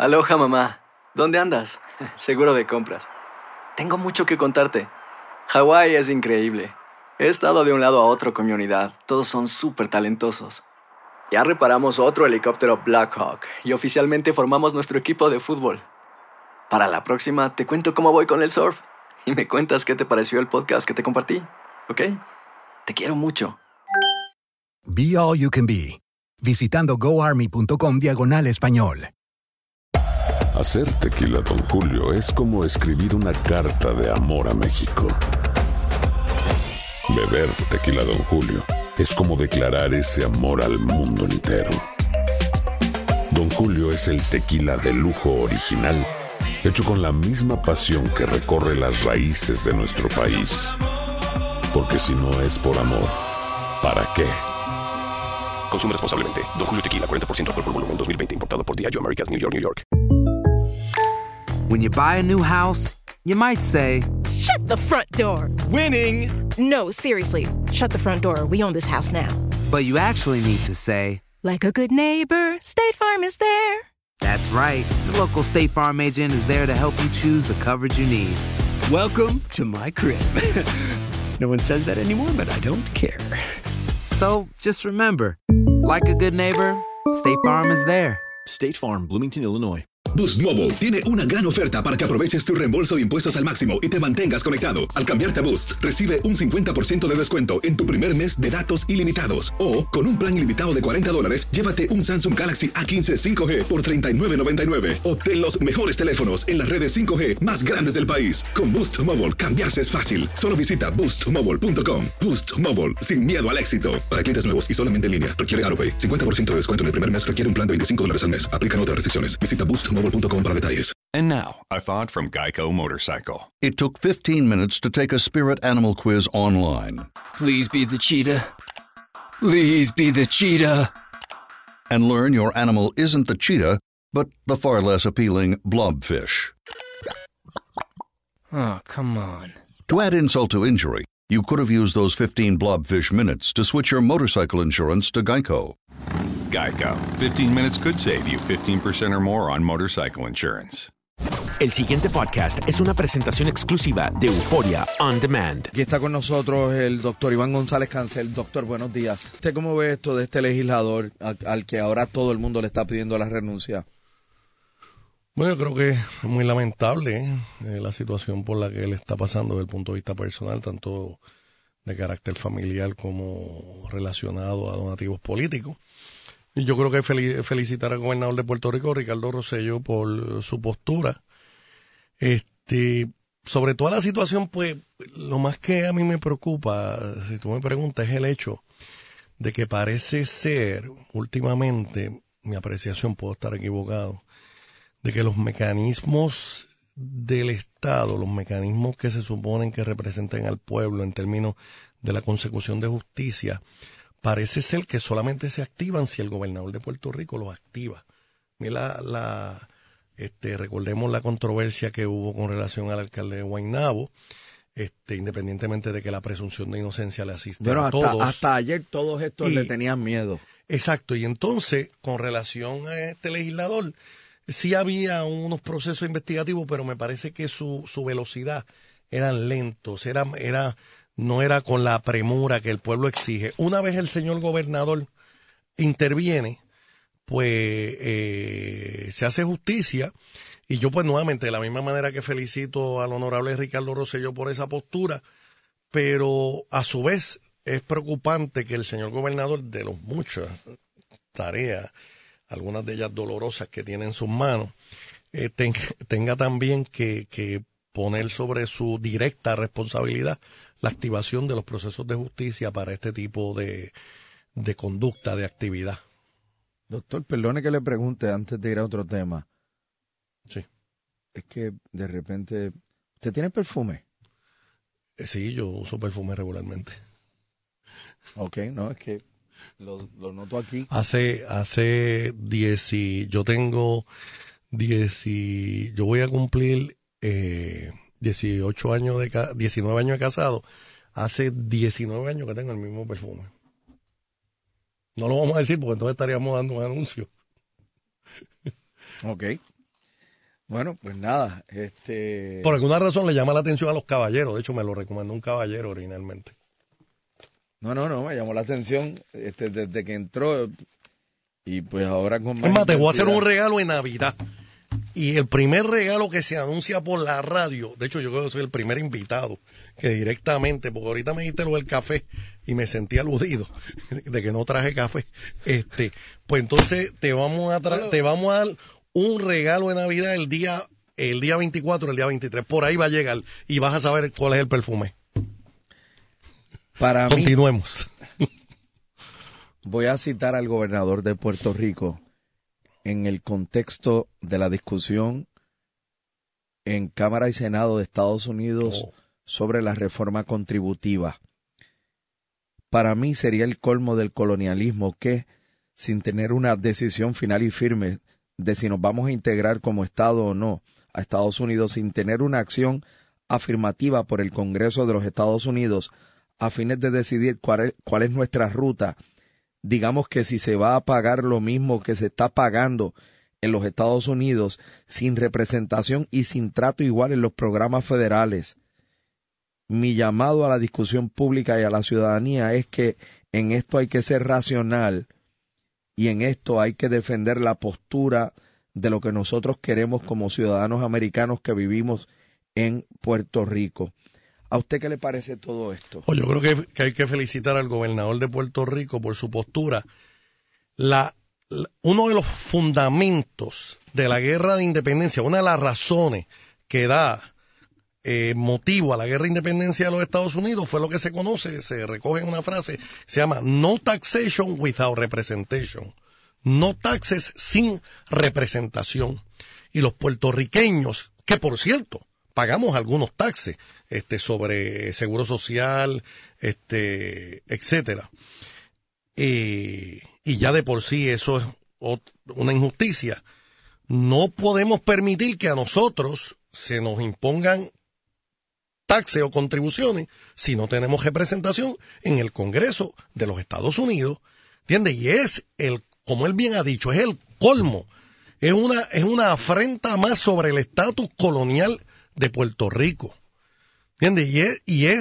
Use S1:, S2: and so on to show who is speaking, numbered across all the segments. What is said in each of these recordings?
S1: Aloha, mamá. ¿Dónde andas? Seguro de compras. Tengo mucho que contarte. Hawái es increíble. He estado de un lado a otro con mi unidad. Todos son súper talentosos. Ya reparamos otro helicóptero Blackhawk y oficialmente formamos nuestro equipo de fútbol. Para la próxima te cuento cómo voy con el surf y me cuentas qué te pareció el podcast que te compartí, ¿ok? Te quiero mucho.
S2: Be All You Can Be, visitando goarmy.com/español.
S3: Hacer tequila, Don Julio, es como escribir una carta de amor a México. Beber tequila, Don Julio, es como declarar ese amor al mundo entero. Don Julio es el tequila de lujo original, hecho con la misma pasión que recorre las raíces de nuestro país. Porque si no es por amor, ¿para qué?
S4: Consume responsablemente. Don Julio Tequila, 40% alcohol por volumen, 2020. Importado por Diageo Americas, New York, New York.
S5: When you buy a new house, you might say,
S6: "Shut the front door."
S5: "Winning!"
S6: No, seriously. Shut the front door. We own this house now.
S5: But you actually need to say,
S6: like a good neighbor, State Farm is there.
S5: That's right. The local State Farm agent is there to help you choose the coverage you need.
S7: Welcome to my crib. No one says that anymore, but I don't care.
S5: So just remember, like a good neighbor, State Farm is there.
S8: State Farm, Bloomington, Illinois.
S9: Boost Mobile tiene una gran oferta para que aproveches tu reembolso de impuestos al máximo y te mantengas conectado. Al cambiarte a Boost, recibe un 50% de descuento en tu primer mes de datos ilimitados. O, con un plan ilimitado de $40, llévate un Samsung Galaxy A15 5G por $39.99. Obtén los mejores teléfonos en las redes 5G más grandes del país. Con Boost Mobile, cambiarse es fácil. Solo visita boostmobile.com. Boost Mobile, sin miedo al éxito. Para clientes nuevos y solamente en línea. Requiere AroPay. 50% de descuento en el primer mes. Requiere un plan de $25 al mes. Aplican otras restricciones. Visita boostmobile.com para detalles.
S10: And now, a thought from Geico Motorcycle.
S11: It took 15 minutes to take a spirit animal quiz online.
S12: Please be the cheetah. Please be the cheetah.
S11: And learn your animal isn't the cheetah, but the far less appealing blobfish.
S12: Oh, come on.
S11: To add insult to injury, you could have used those 15 blobfish minutes to switch your motorcycle insurance to Geico.
S10: Geico. 15 minutes could save you 15% or more on motorcycle insurance.
S13: El siguiente podcast es una presentación exclusiva de Euforia On Demand.
S14: Aquí está con nosotros el doctor Iván González Cancel. Doctor, buenos días. ¿Usted cómo ve esto de este legislador al que ahora todo el mundo le está pidiendo la renuncia?
S15: Bueno, yo creo que es muy lamentable la situación por la que él está pasando desde el punto de vista personal, tanto de carácter familiar como relacionado a donativos políticos. Y yo creo que felicitar al gobernador de Puerto Rico, Ricardo Rosselló, por su postura. Sobre toda la situación, pues, lo más que a mí me preocupa, si tú me preguntas, es el hecho de que parece ser, últimamente, mi apreciación, puedo estar equivocado, de que los mecanismos del Estado, los mecanismos que se suponen que representen al pueblo en términos de la consecución de justicia, parece ser que solamente se activan si el gobernador de Puerto Rico los activa. Mira recordemos la controversia que hubo con relación al alcalde de Guaynabo, independientemente de que la presunción de inocencia le asiste a todos.
S14: Hasta ayer todos estos le tenían miedo.
S15: Exacto, y entonces, con relación a este legislador, sí había unos procesos investigativos, pero me parece que su velocidad eran lentos, no era con la premura que el pueblo exige. Una vez el señor gobernador interviene, pues se hace justicia, y yo pues nuevamente, de la misma manera que felicito al honorable Ricardo Rosselló por esa postura, pero a su vez es preocupante que el señor gobernador, de las muchas tareas, algunas de ellas dolorosas que tiene en sus manos, tenga también que poner sobre su directa responsabilidad la activación de los procesos de justicia para este tipo de conducta, de actividad.
S14: Doctor, perdone que le pregunte antes de ir a otro tema.
S15: Sí.
S14: Es que de repente, ¿usted tiene perfume?
S15: Sí, yo uso perfume regularmente.
S14: Ok, no, es que lo noto aquí.
S15: Yo voy a cumplir 19 años de casado. Hace 19 años que tengo el mismo perfume. No lo vamos a decir porque entonces estaríamos dando un anuncio.
S14: Ok. Bueno, pues nada,
S15: Por alguna razón le llama la atención a los caballeros. De hecho, me lo recomendó un caballero originalmente.
S14: No, me llamó la atención desde que entró y pues ahora con más...
S15: Es más, te voy a hacer un regalo en Navidad. Y el primer regalo que se anuncia por la radio, de hecho yo creo que soy el primer invitado que directamente, porque ahorita me dijiste lo del café y me sentí aludido de que no traje café. Pues entonces te vamos a dar un regalo de Navidad el día 24, el día 23. Por ahí va a llegar y vas a saber cuál es el perfume. Continuemos.
S14: Voy a citar al gobernador de Puerto Rico en el contexto de la discusión en Cámara y Senado de Estados Unidos sobre la reforma contributiva. Para mí sería el colmo del colonialismo que, sin tener una decisión final y firme de si nos vamos a integrar como Estado o no a Estados Unidos, sin tener una acción afirmativa por el Congreso de los Estados Unidos a fines de decidir cuál es nuestra ruta, digamos que si se va a pagar lo mismo que se está pagando en los Estados Unidos, sin representación y sin trato igual en los programas federales. Mi llamado a la discusión pública y a la ciudadanía es que en esto hay que ser racional y en esto hay que defender la postura de lo que nosotros queremos como ciudadanos americanos que vivimos en Puerto Rico. ¿A usted qué le parece todo esto?
S15: Yo creo que hay que felicitar al gobernador de Puerto Rico por su postura. Uno de los fundamentos de la guerra de independencia, una de las razones que da motivo a la guerra de independencia de los Estados Unidos fue lo que se recoge en una frase, se llama no taxation without representation. No taxes sin representación. Y los puertorriqueños, que por cierto, pagamos algunos taxes sobre seguro social, etcétera. Y ya de por sí eso es una injusticia. No podemos permitir que a nosotros se nos impongan taxes o contribuciones si no tenemos representación en el Congreso de los Estados Unidos. ¿Entiendes? Y como él bien ha dicho, es el colmo. Es una afrenta más sobre el estatus colonial de Puerto Rico. ¿Entiendes?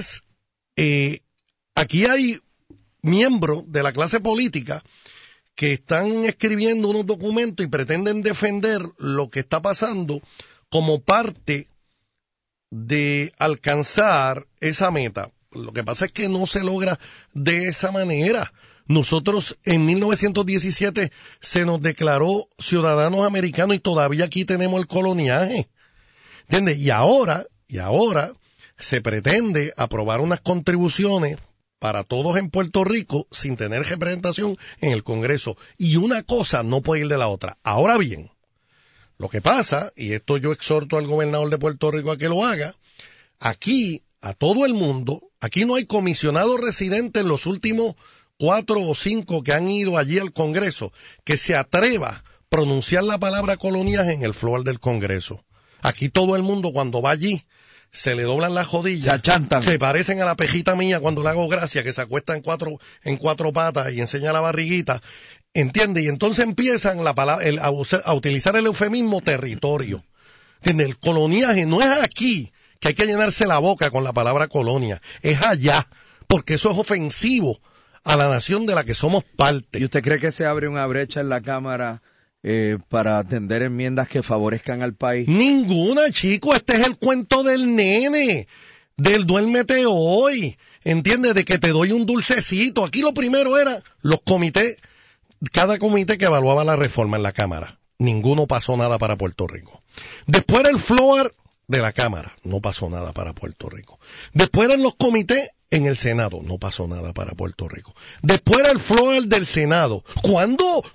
S15: Aquí hay miembros de la clase política que están escribiendo unos documentos y pretenden defender lo que está pasando como parte de alcanzar esa meta. Lo que pasa es que no se logra de esa manera. Nosotros en 1917 se nos declaró ciudadanos americanos y todavía aquí tenemos el coloniaje. ¿Entiendes? Y ahora se pretende aprobar unas contribuciones para todos en Puerto Rico sin tener representación en el Congreso. Y una cosa no puede ir de la otra. Ahora bien, lo que pasa, y esto yo exhorto al gobernador de Puerto Rico a que lo haga, aquí, a todo el mundo, aquí no hay comisionado residente en los últimos 4 o 5 que han ido allí al Congreso que se atreva a pronunciar la palabra coloniaje en el floor del Congreso. Aquí todo el mundo cuando va allí se le doblan las rodillas,
S14: se achantan,
S15: se parecen a la pejita mía cuando le hago gracia, que se acuesta en cuatro patas y enseña la barriguita, ¿entiendes? Y entonces empiezan a utilizar el eufemismo territorio. ¿Entiendes? El coloniaje no es aquí, que hay que llenarse la boca con la palabra colonia, es allá, porque eso es ofensivo a la nación de la que somos parte.
S14: ¿Y usted cree que se abre una brecha en la Cámara para atender enmiendas que favorezcan al país?
S15: Ninguna, chico. Este es el cuento del nene, del duérmete hoy. ¿Entiendes? De que te doy un dulcecito. Aquí lo primero era los comités, cada comité que evaluaba la reforma en la Cámara. Ninguno pasó nada para Puerto Rico. Después era el floor de la Cámara. No pasó nada para Puerto Rico. Después eran los comités en el Senado. No pasó nada para Puerto Rico. Después era el floor del Senado. ¿Cuándo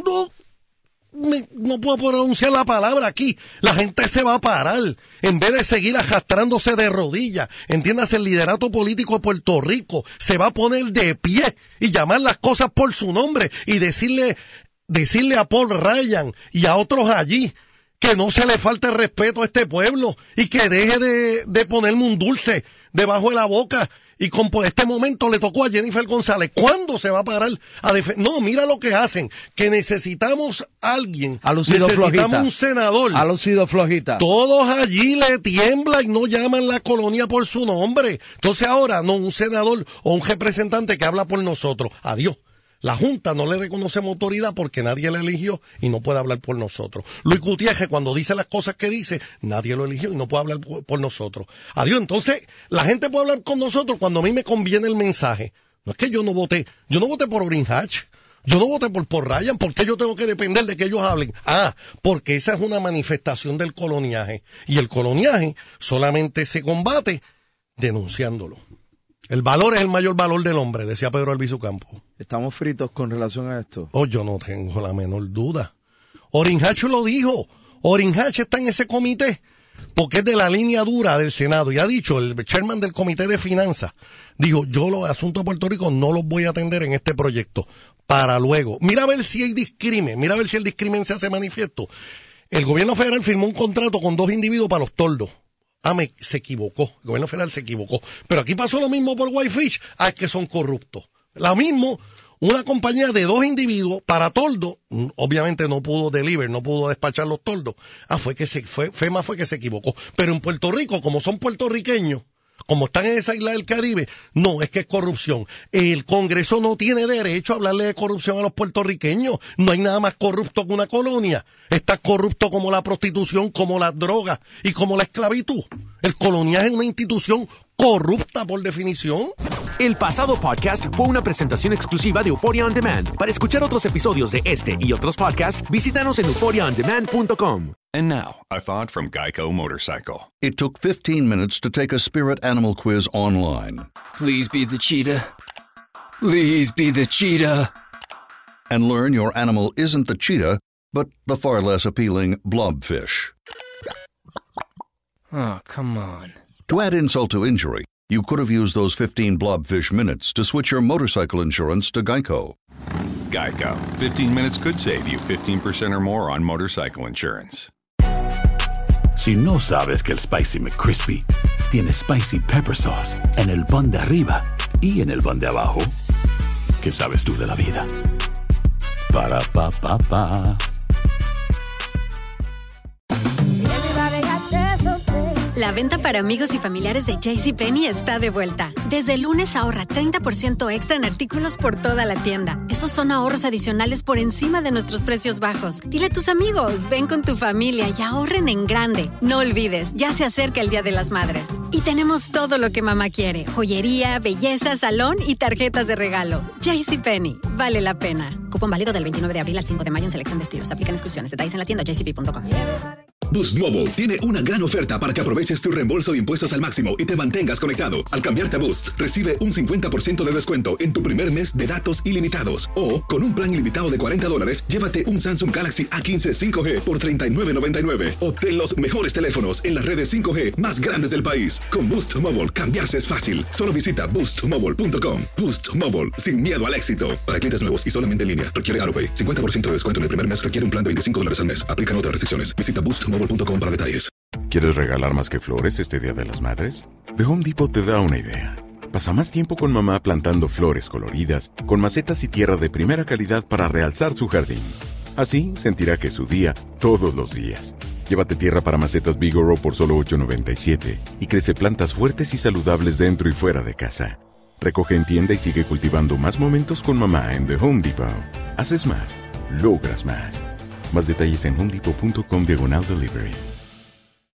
S15: no puedo pronunciar la palabra aquí? La gente se va a parar en vez de seguir arrastrándose de rodillas. Entiéndase, el liderato político de Puerto Rico se va a poner de pie y llamar las cosas por su nombre y decirle a Paul Ryan y a otros allí que no se le falte respeto a este pueblo y que deje de ponerme un dulce debajo de la boca. Y con este momento le tocó a Jennifer González. ¿Cuándo se va a parar a defender? No, mira lo que hacen. Que necesitamos alguien. Necesitamos un senador.
S14: Ha lucido flojita.
S15: Todos allí le tiemblan y no llaman la colonia por su nombre. Entonces ahora, no, un senador o un representante que habla por nosotros. Adiós. La Junta no le reconocemos autoridad porque nadie la eligió y no puede hablar por nosotros. Luis Gutiérrez, cuando dice las cosas que dice, nadie lo eligió y no puede hablar por nosotros. Adiós, entonces la gente puede hablar con nosotros cuando a mí me conviene el mensaje. No es que yo no voté por Orrin Hatch, yo no voté por Ryan, ¿por qué yo tengo que depender de que ellos hablen? Porque esa es una manifestación del coloniaje y el coloniaje solamente se combate denunciándolo. El valor es el mayor valor del hombre, decía Pedro Albizu Campos.
S14: ¿Estamos fritos con relación a esto?
S15: Yo no tengo la menor duda. Orrin Hatch lo dijo. Orrin Hatch está en ese comité porque es de la línea dura del Senado. Y ha dicho, el chairman del Comité de Finanzas, dijo, yo los asuntos de Puerto Rico no los voy a atender en este proyecto. Para luego. Mira a ver si hay discrimen. Mira a ver si el discrimen se hace manifiesto. El gobierno federal firmó un contrato con 2 individuos para los toldos. Se equivocó, el gobierno federal se equivocó. Pero aquí pasó lo mismo por Whitefish, es que son corruptos. Lo mismo, una compañía de 2 individuos para toldo, obviamente no pudo no pudo despachar los toldos. FEMA fue que se equivocó. Pero en Puerto Rico, como son puertorriqueños, como están en esa isla del Caribe, no, es que es corrupción. El Congreso no tiene derecho a hablarle de corrupción a los puertorriqueños. No hay nada más corrupto que una colonia. Es tan corrupto como la prostitución, como las drogas y como la esclavitud. El coloniaje es una institución corrupta por definición.
S13: El pasado podcast fue una presentación exclusiva de Euphoria On Demand. Para escuchar otros episodios de este y otros podcasts, visítanos en euphoriaondemand.com.
S10: And now, a thought from Geico Motorcycle.
S11: It took 15 minutes to take a spirit animal quiz online.
S12: Please be the cheetah. Please be the cheetah.
S11: And learn your animal isn't the cheetah, but the far less appealing blobfish.
S12: Oh, come on.
S11: To add insult to injury, you could have used those 15 blobfish minutes to switch your motorcycle insurance to Geico.
S10: Geico. 15 minutes could save you 15% or more on motorcycle insurance.
S16: Si no sabes que el Spicy McCrispy tiene Spicy Pepper Sauce en el pan de arriba y en el pan de abajo, ¿qué sabes tú de la vida? Para, pa, pa, pa.
S17: La venta para amigos y familiares de JCPenney está de vuelta. Desde el lunes ahorra 30% extra en artículos por toda la tienda. Esos son ahorros adicionales por encima de nuestros precios bajos. Dile a tus amigos, ven con tu familia y ahorren en grande. No olvides, ya se acerca el Día de las Madres. Y tenemos todo lo que mamá quiere. Joyería, belleza, salón y tarjetas de regalo. JCPenney, vale la pena. Cupón válido del 29 de abril al 5 de mayo en selección de estilos. Aplican exclusiones. Detalles en la tienda jcp.com.
S9: Boost Mobile tiene una gran oferta para que aproveches tu reembolso de impuestos al máximo y te mantengas conectado. Al cambiarte a Boost, recibe un 50% de descuento en tu primer mes de datos ilimitados. O, con un plan ilimitado de $40, llévate un Samsung Galaxy A15 5G por $39.99. Obtén los mejores teléfonos en las redes 5G más grandes del país. Con Boost Mobile, cambiarse es fácil. Solo visita boostmobile.com. Boost Mobile, sin miedo al éxito. Para clientes nuevos y solamente en línea, requiere AutoPay. 50% de descuento en el primer mes requiere un plan de $25 al mes. Aplican otras restricciones. Visita boostmobile.com para detalles.
S18: ¿Quieres regalar más que flores este Día de las Madres? The Home Depot te da una idea. Pasa más tiempo con mamá plantando flores coloridas, con macetas y tierra de primera calidad para realzar su jardín. Así sentirá que es su día todos los días. Llévate tierra para macetas Vigoro por solo $8.97 y crece plantas fuertes y saludables dentro y fuera de casa. Recoge en tienda y sigue cultivando más momentos con mamá en The Home Depot. Haces más, logras más. Más detalles en homedepot.com/delivery.